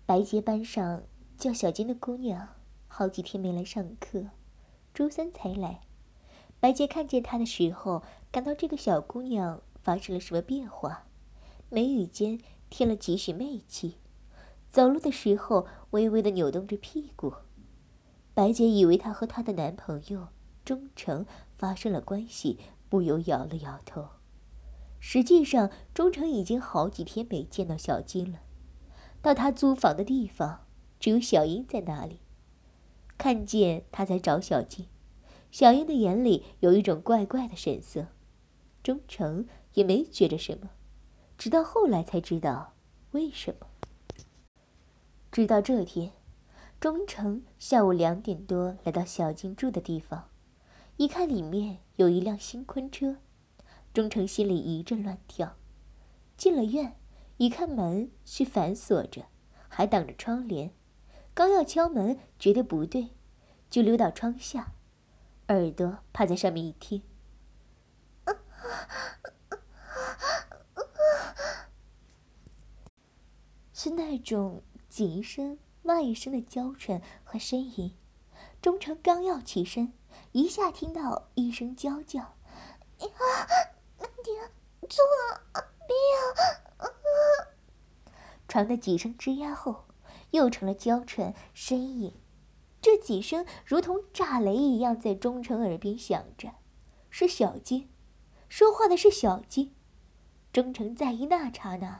白洁班上叫小金的姑娘好几天没来上课，周三才来。白洁看见她的时候，感到这个小姑娘发生了什么变化，眉宇间添了几许媚气，走路的时候微微地扭动着屁股。白洁以为她和她的男朋友钟诚发生了关系，不由摇了摇头。实际上，钟诚已经好几天没见到小金了。到他租房的地方，只有小英在那里。看见他在找小金，小英的眼里有一种怪怪的神色。钟诚也没觉着什么，直到后来才知道为什么。直到这天，钟诚下午2点多来到小金住的地方，一看里面有一辆新婚车，钟诚心里一阵乱跳。进了院，一看门是反锁着，还挡着窗帘，刚要敲门，觉得不对，就溜到窗下，耳朵趴在上面一听，是那种几声外声的娇嗔和呻吟。钟诚刚要起身，一下听到一声娇叫：“爹，做不要！”传的几声吱呀后，又成了娇嗔呻吟。这几声如同炸雷一样在钟诚耳边响着，是小金，说话的是小金。钟诚在一那刹那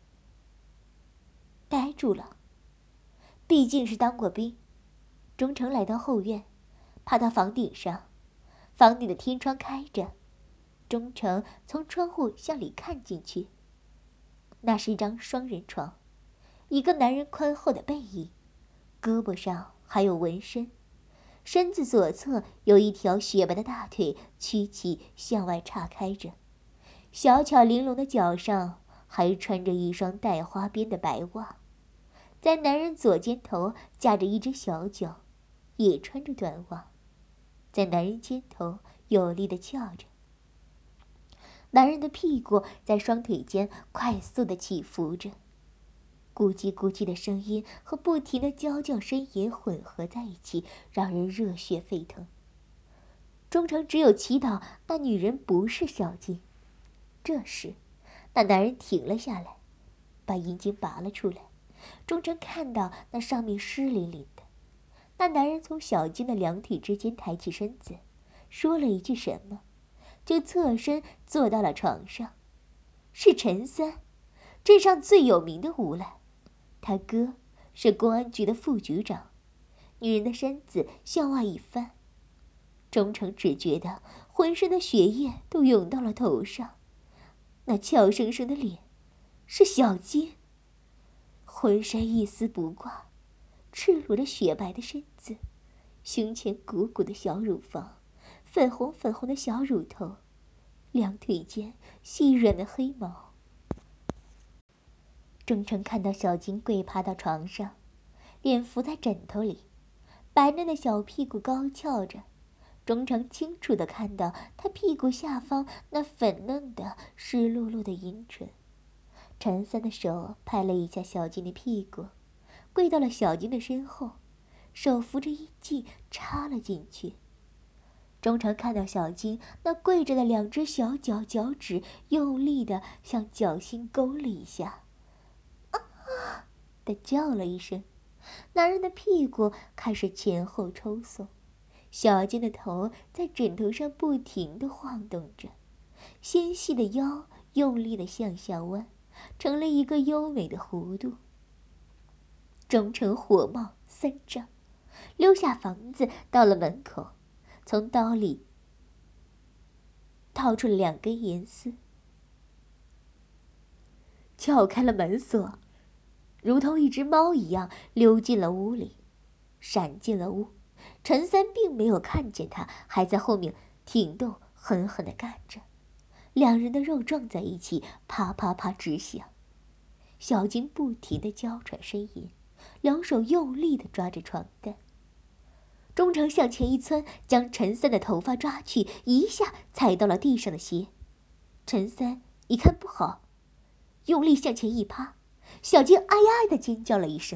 呆住了，毕竟是当过兵。钟诚来到后院，爬到房顶上，房顶的天窗开着，钟诚从窗户向里看进去。那是一张双人床，一个男人宽厚的背影，胳膊上还有纹身，身子左侧有一条雪白的大腿曲起向外岔开着，小巧玲珑的脚上还穿着一双带花边的白袜。在男人左肩头架着一只小脚，也穿着短袜，在男人肩头有力地翘着。男人的屁股在双腿间快速地起伏着，咕叽咕叽的声音和不停的娇叫呻吟混合在一起，让人热血沸腾。钟诚只有祈祷那女人不是小金。这时，那男人停了下来，把阴茎拔了出来。钟诚看到那上面湿淋淋的。那男人从小金的两腿之间抬起身子，说了一句什么，就侧身坐到了床上。是陈三，镇上最有名的无赖，他哥是公安局的副局长。女人的身子向外一翻，钟诚只觉得浑身的血液都涌到了头上。那俏生生的脸是小金，浑身一丝不挂，赤裸着雪白的身子，胸前鼓鼓的小乳房，粉红粉红的小乳头，两腿间细软的黑毛。钟诚看到小金跪趴到床上，脸伏在枕头里，白嫩的小屁股高翘着。钟诚清楚地看到他屁股下方那粉嫩的湿漉漉的阴唇。陈三的手拍了一下小金的屁股，跪到了小金的身后，手扶着阴茎插了进去。钟诚看到小金那跪着的两只小脚脚趾用力地向脚心勾了一下，的叫了一声。男人的屁股开始前后抽送，小金的头在枕头上不停地晃动着，纤细的腰用力地向下弯，成了一个优美的弧度。钟诚火冒三丈，溜下房子，到了门口，从刀里掏出了2根盐丝，撬开了门锁，如同一只猫一样溜进了屋里，闪进了屋。陈三并没有看见他，还在后面挺动，狠狠地干着。两人的肉撞在一起，啪啪啪直响。小金不停地娇喘呻吟，两手用力地抓着床单。钟诚向前一窜，将陈三的头发抓去，一下踩到了地上的鞋。陈三一看不好，用力向前一趴，小金哎呀地尖叫了一声，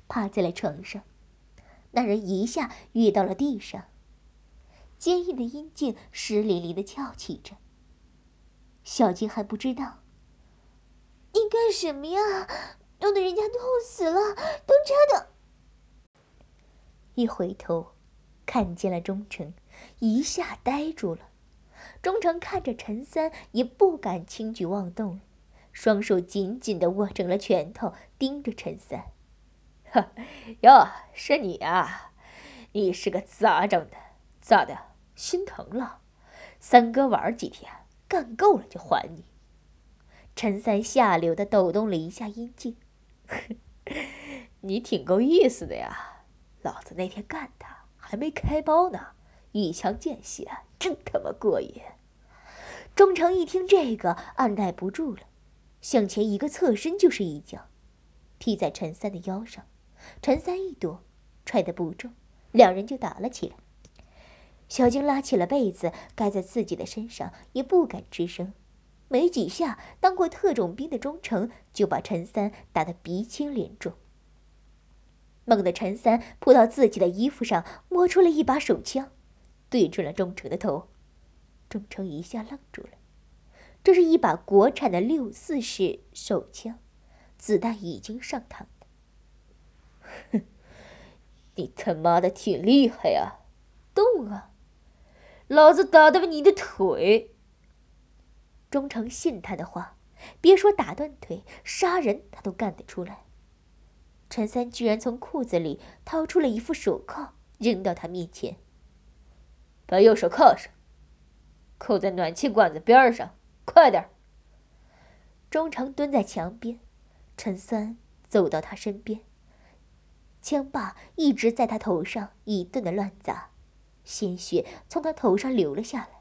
趴在了床上。那人一下跃到了地上，坚硬的阴茎湿淋淋的翘起着。小金还不知道，你干什么呀？弄得人家痛死了，都扎的。一回头，看见了钟诚，一下呆住了。钟诚看着陈三，也不敢轻举妄动，双手紧紧地握成了拳头，盯着陈三。 哈哟，是你啊！你是个咋整的？咋的？心疼了？三哥玩几天，干够了就还你。 陈三下流地抖动了一下阴茎。 你挺够意思的呀！老子那天干他还没开包呢，一枪见血，真他妈过瘾！ 钟诚一听这个，按耐不住了，向前一个侧身就是一脚，踢在陈三的腰上。陈三一躲，踹得不中，两人就打了起来。小金拉起了被子盖在自己的身上，也不敢吱声。没几下，当过特种兵的钟诚就把陈三打得鼻青脸肿。猛地，陈三扑到自己的衣服上，摸出了一把手枪，对准了钟诚的头。钟诚一下愣住了，这是一把国产的6.4式手枪，子弹已经上膛的。 哼，你他妈的挺厉害呀！动啊！老子打断你的腿！ 钟诚信他的话，别说打断腿，杀人他都干得出来。陈三居然从裤子里掏出了一副手铐，扔到他面前。 把右手铐上，扣在暖气管子边上，快点！ 钟诚蹲在墙边，陈三走到他身边，枪把一直在他头上一顿的乱砸，鲜血从他头上流了下来。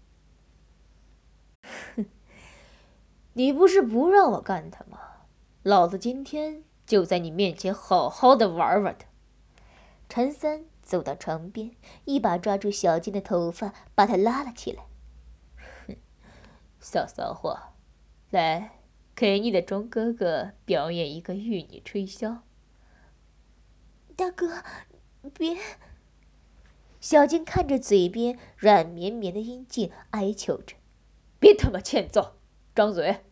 哼，你不是不让我干他吗？老子今天就在你面前好好的玩玩他。 陈三走到床边，一把抓住小金的头发，把他拉了起来。 哼，小骚货，来，给你的钟哥哥表演一个玉女吹箫。 大哥，别！小金看着嘴边软绵绵的阴茎，哀求着：“ 别他妈欠揍，张嘴！”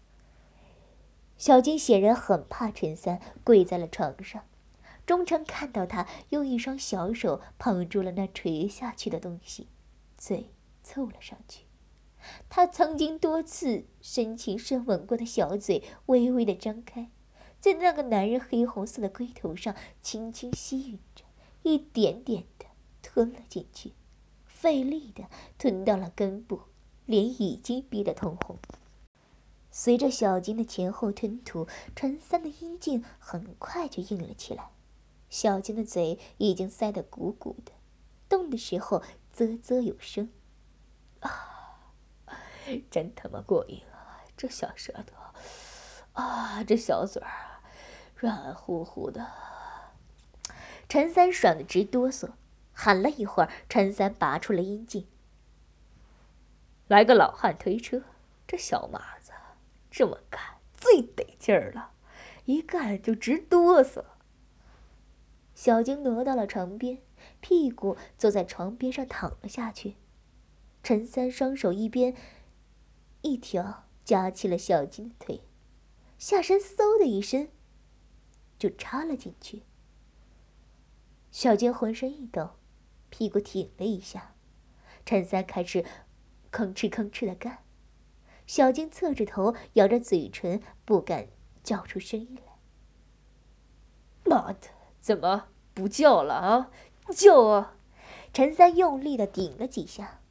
小金显然很怕陈三，跪在了床上。钟诚看到他用一双小手捧住了那垂下去的东西，嘴凑了上去。他曾经多次深情深吻过的小嘴微微的张开，在那个男人黑红色的龟头上轻轻吸吮着，一点点的吞了进去，费力的吞到了根部，脸已经憋得通红。随着小金的前后吞吐，陈三的阴茎很快就硬了起来。小金的嘴已经塞得鼓鼓的，动的时候啧啧有声。 啊，真他妈过瘾啊！这小舌头，啊，这小嘴儿，软乎乎的。 陈三爽得直哆嗦，喊了一会儿，陈三拔出了阴茎。 来个老汉推车，这小马子这么干最得劲儿了，一干就直哆嗦。 小金挪到了床边，屁股坐在床边上躺了下去。陈三双手一边一条夹起了小金的腿，下身嗖的一声就插了进去。小金浑身一抖，屁股挺了一下。陈三开始吭哧吭哧的干，小金侧着头，咬着嘴唇，不敢叫出声音来。 妈的，怎么不叫了啊？叫啊！ 陈三用力的顶了几下。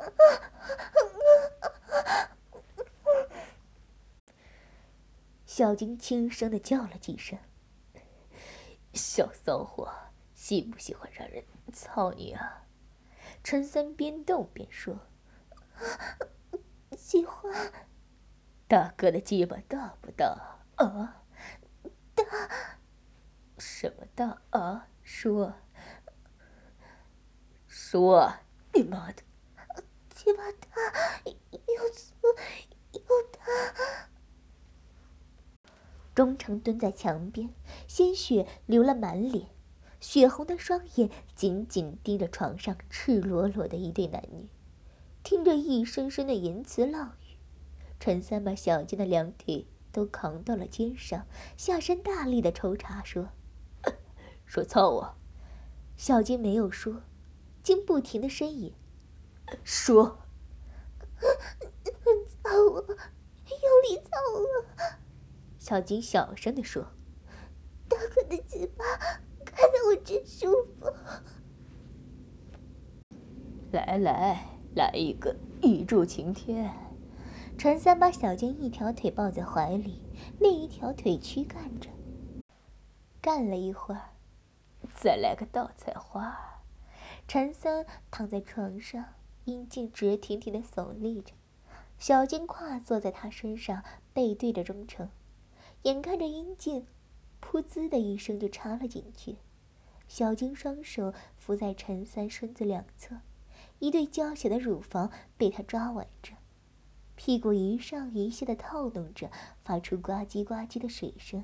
小金轻声的叫了几声。 小骚货，喜不喜欢让人操你啊？ 陈三边动边说：“喜欢。” 大哥的鸡巴大不大啊？ 大。 什么大啊？说，你妈的！ 鸡巴大，又粗又大。 忠诚蹲在墙边，鲜血流了满脸，血红的双眼紧紧盯着床上赤裸裸的一对男女，听着一声声的言辞浪语。陈三把小金的两腿都扛到了肩上，下身大力的抽插说：“ 说操啊！” 小金没有说，竟不停的呻吟：“ 说， 操我，用力操我！”小金小声的说：“大哥的嘴巴看得我真舒服。” 来一个一柱擎天。 陈三把小金一条腿抱在怀里，另一条腿躯干着。干了一会儿， 再来个倒菜花。 陈三躺在床上，阴茎直挺挺的耸立着，小金跨坐在他身上，背对着忠诚，眼看着阴茎噗呲的一声就插了进去。小金双手扶在陈三身子两侧，一对娇小的乳房被他抓挽着，屁股一上一下的套动着，发出呱唧呱唧的水声。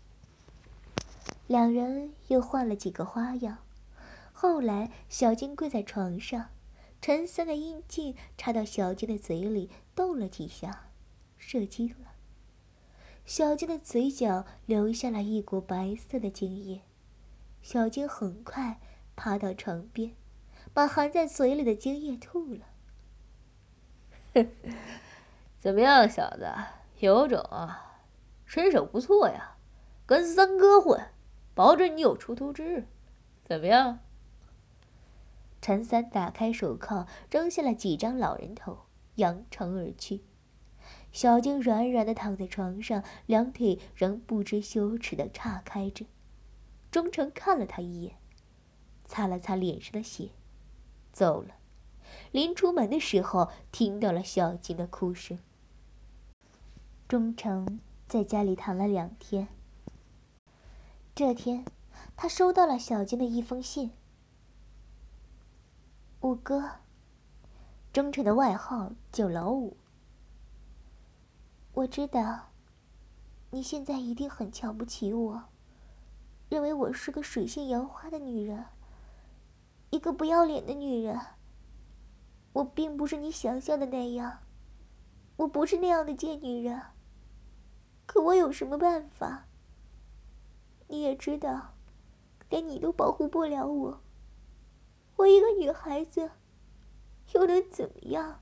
两人又换了几个花样。后来小金跪在床上，陈三的阴茎插到小金的嘴里动了几下，射精了。小金的嘴角流下了一股白色的精液。小金很快爬到床边，把含在嘴里的精液吐了。 怎么样，小子，有种啊，身手不错呀，跟三哥混，保准你有出头之日。怎么样？ 陈三打开手铐，扔下了几张老人头，扬长而去。小金软软的躺在床上，两腿仍不知羞耻的岔开着。忠诚看了他一眼，擦了擦脸上的血，走了。临出门的时候，听到了小金的哭声。忠诚在家里躺了2天。这天，他收到了小金的一封信。五哥，忠诚的外号叫老五。我知道，你现在一定很瞧不起我，认为我是个水性杨花的女人，一个不要脸的女人。我并不是你想象的那样，我不是那样的贱女人。可我有什么办法？你也知道，连你都保护不了我。我一个女孩子，又能怎么样？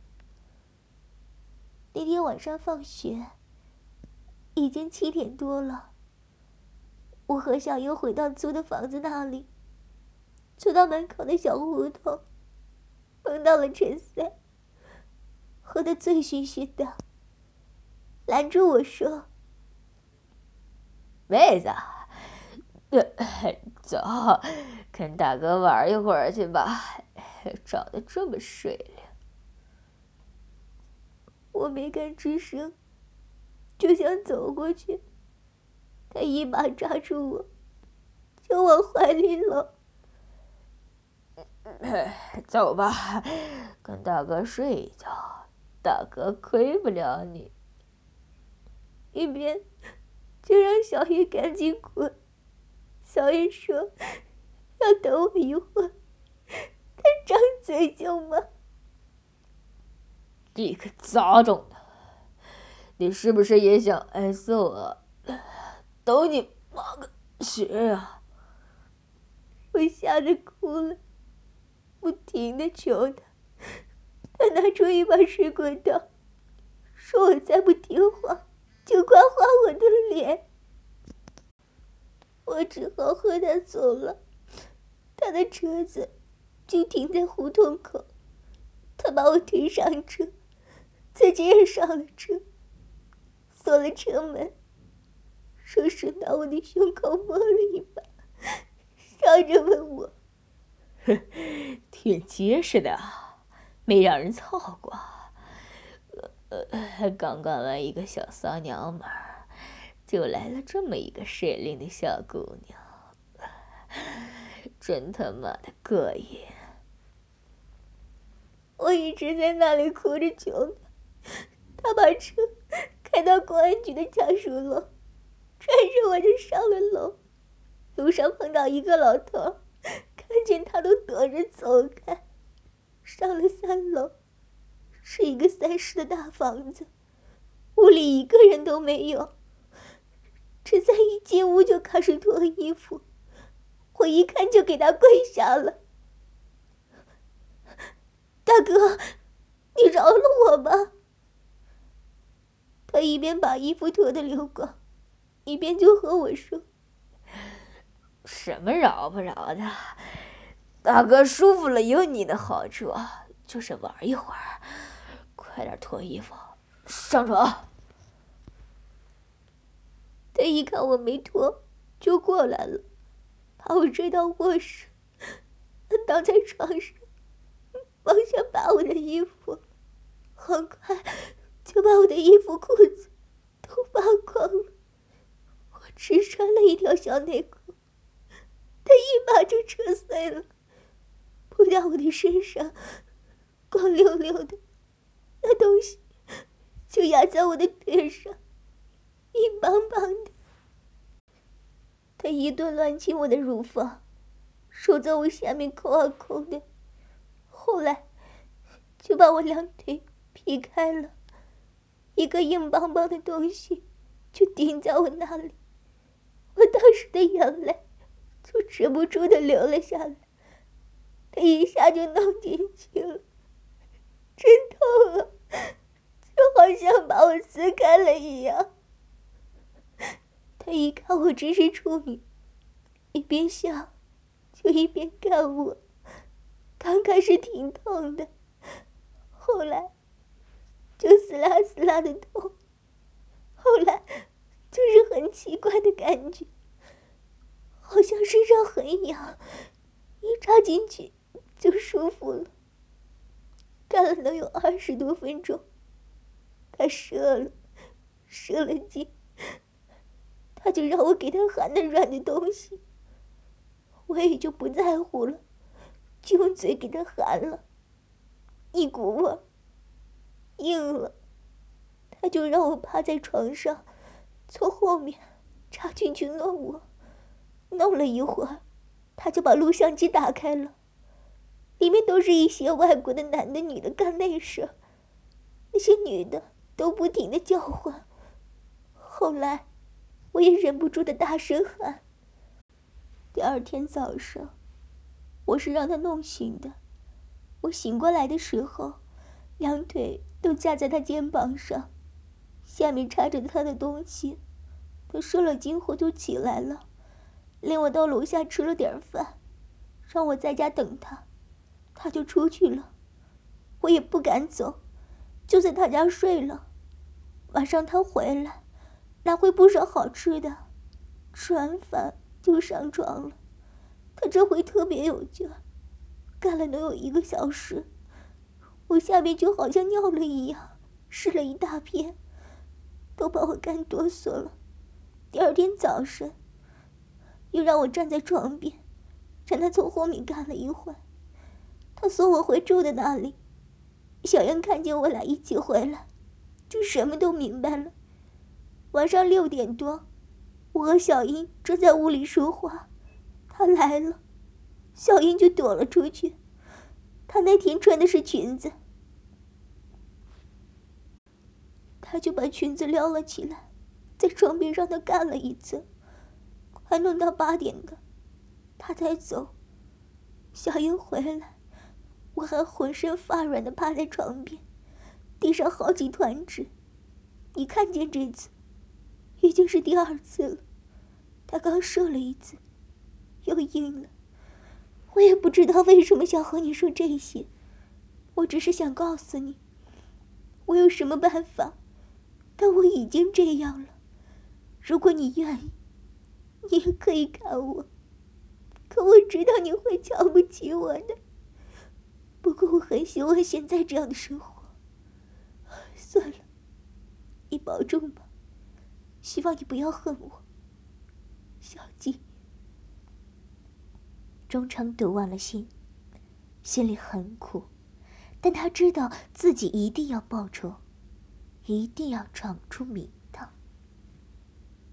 那天晚上放学，已经7点多了。我和小优回到租的房子那里，走到门口的小胡同，碰到了陈三，喝得醉醺醺的，拦住我说：“ 妹子，走，跟大哥玩一会儿去吧，长得这么水灵。” 我没敢吱声，就想走过去，他一把抓住我，就往怀里搂。 走吧，跟大哥睡一觉，大哥亏不了你。 一边就让小叶赶紧滚。小叶说要等我一会儿，他张嘴就骂：“ 你个杂种的，你是不是也想挨揍啊？等你妈个血啊！” 我吓得哭了，不停地求他。他拿出一把水果刀，说我再不听话就刮花我的脸。我只好和他走了。他的车子就停在胡同口，他把我推上车，自己也上了车，锁了车门，顺手拿我的胸口摸了一把，笑着问我：“ 挺结实的，没让人操过。刚干完一个小骚娘们儿，就来了这么一个水灵的小姑娘，真他妈的过瘾。” 我一直在那里哭着求他。他把车开到公安局的家属楼， 着我就上了楼，路上碰到一个老头，看见他都躲着走开。上了3楼，是一个3室的大房子，屋里一个人都没有。这才一进屋就开始脱衣服，我一看就给他跪下了。大哥，你饶了我吧。他一边把衣服脱得溜光，一边就和我说： 什么饶不饶的，大哥舒服了有你的好处，就是玩一会儿，快点脱衣服上床。 他一看我没脱，就过来了，把我拽到卧室，他倒在床上，往下扒我的衣服，很快就把我的衣服裤子都扒光了。我只穿了一条小内裤，他一把就扯碎了，扑到我的身上，光溜溜的，那东西就压在我的腿上，硬邦邦的。他一顿乱亲我的乳房，手在我下面抠啊抠的，后来就把我2腿劈开了，一个硬邦邦的东西就顶在我那里，我当时的眼泪就止不住的流了下来。他一下就弄进去了，真痛啊，就好像把我撕开了一样。他一看我只是处女，一边笑就一边看我。刚开始挺痛的，后来就撕拉撕拉的痛，后来就是很奇怪的感觉，好像身上很痒，一插进去就舒服了。干了能有20多分钟，他射了精，他就让我给他含那软的东西，我也就不在乎了，就用嘴给他含了，一股味硬了，他就让我趴在床上，从后面插进去弄我。弄了一会儿，他就把录像机打开了，里面都是一些外国的男的女的干那事，那些女的都不停的叫唤。后来我也忍不住的大声喊。第2天早上，我是让他弄醒的。我醒过来的时候，2腿都架在他肩膀上，下面插着他的东西。他射了精后就起来了，领我到楼下吃了点饭，让我在家等他，他就出去了。我也不敢走，就在他家睡了。晚上他回来，拿回不少好吃的，吃完饭就上床了。他这回特别有劲儿，干了能有1个小时，我下面就好像尿了一样，湿了一大片，都把我干哆嗦了。第2天早上，又让我站在床边，让他从后面干了一会儿。他送我回住的那里，小燕看见我俩一起回来，就什么都明白了。晚上6点多，我和小英正在屋里说话，他来了，小英就躲了出去。她那天穿的是裙子，他就把裙子撩了起来，在床边让他干了一次，快弄到8点了，他才走。小英回来，我还浑身发软的趴在床边，地上好几团纸。你看见这次已经是第2次了，他刚射了1次，又硬了。我也不知道为什么想和你说这些，我只是想告诉你，我有什么办法，但我已经这样了。如果你愿意，你也可以看我，可我知道你会瞧不起我的。不过我很喜欢现在这样的生活。算了，你保重吧，希望你不要恨我，小季。 钟诚读完了信，心里很苦，但他知道自己一定要报仇，一定要闯出名